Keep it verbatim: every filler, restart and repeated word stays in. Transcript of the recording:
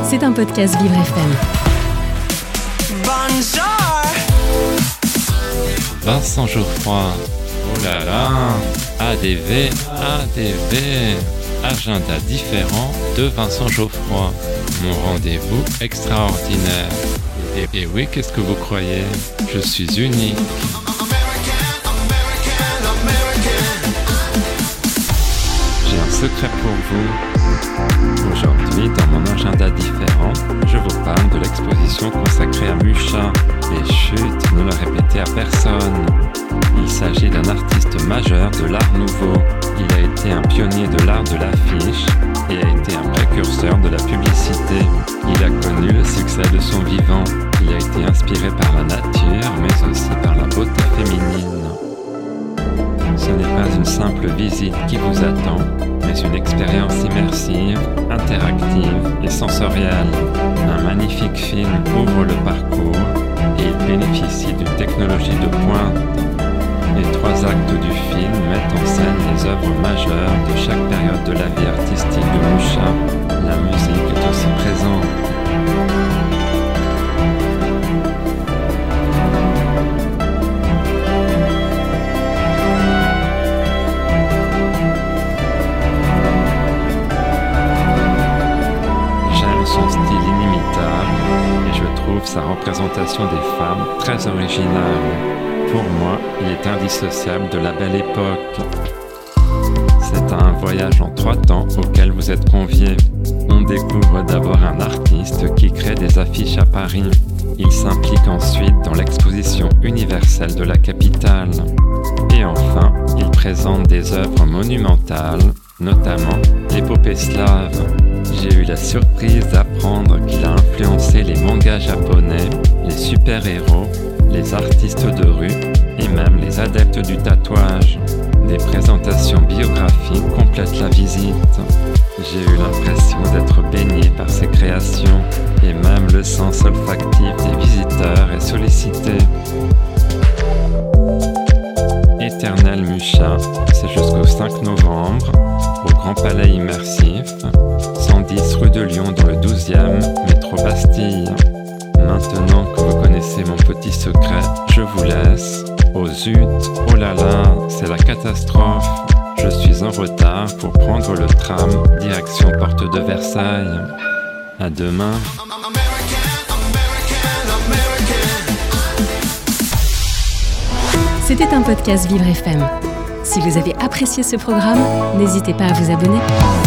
C'est un podcast Vivre F M. Bonjour. Vincent Geoffroy, oh là là, A D V, A D V, agenda différent de Vincent Geoffroy, mon rendez-vous extraordinaire. Et, et oui, qu'est-ce que vous croyez ? Je suis unique. J'ai un secret pour vous. Aujourd'hui, dans mon agenda différent, je vous parle de l'exposition consacrée à Mucha. Et chut, ne le répétez à personne. Il s'agit d'un artiste majeur de l'art nouveau. Il a été un pionnier de l'art de l'affiche et a été un précurseur de la publicité. Il a connu le succès de son vivant. Il a été inspiré par la nature, mais aussi par la beauté féminine. Ce n'est pas une simple visite qui vous attend, mais une expérience immersive, interactive et sensorielle. Un magnifique film ouvre le parcours et il bénéficie d'une technologie de pointe. Les trois actes du film mettent en scène les œuvres majeures de chaque période de la vie artistique de Mucha. La musique est aussi présente. Son style inimitable et je trouve sa représentation des femmes très originale. Pour moi, il est indissociable de la belle époque. C'est un voyage en trois temps auquel vous êtes conviés. On découvre d'abord un artiste qui crée des affiches à Paris. Il s'implique ensuite dans l'exposition universelle de la capitale. Et enfin, il présente des œuvres monumentales, notamment l'épopée slave. J'ai eu la surprise d'apprendre qu'il a influencé les mangas japonais, les super-héros, les artistes de rue et même les adeptes du tatouage. Des présentations biographiques complètent la visite. J'ai eu l'impression d'être baigné par ses créations et même le sens olfactif des visiteurs est sollicité. Éternel Mucha, c'est jusqu'au cinq novembre, au Grand Palais Immersif, cent dix rue de Lyon dans le douzième, métro Bastille. Maintenant que vous connaissez mon petit secret, je vous laisse. Oh zut, oh là là, c'est la catastrophe. Je suis en retard pour prendre le tram, direction Porte de Versailles. À demain. C'était un podcast Vivre F M. Si vous avez apprécié ce programme, n'hésitez pas à vous abonner.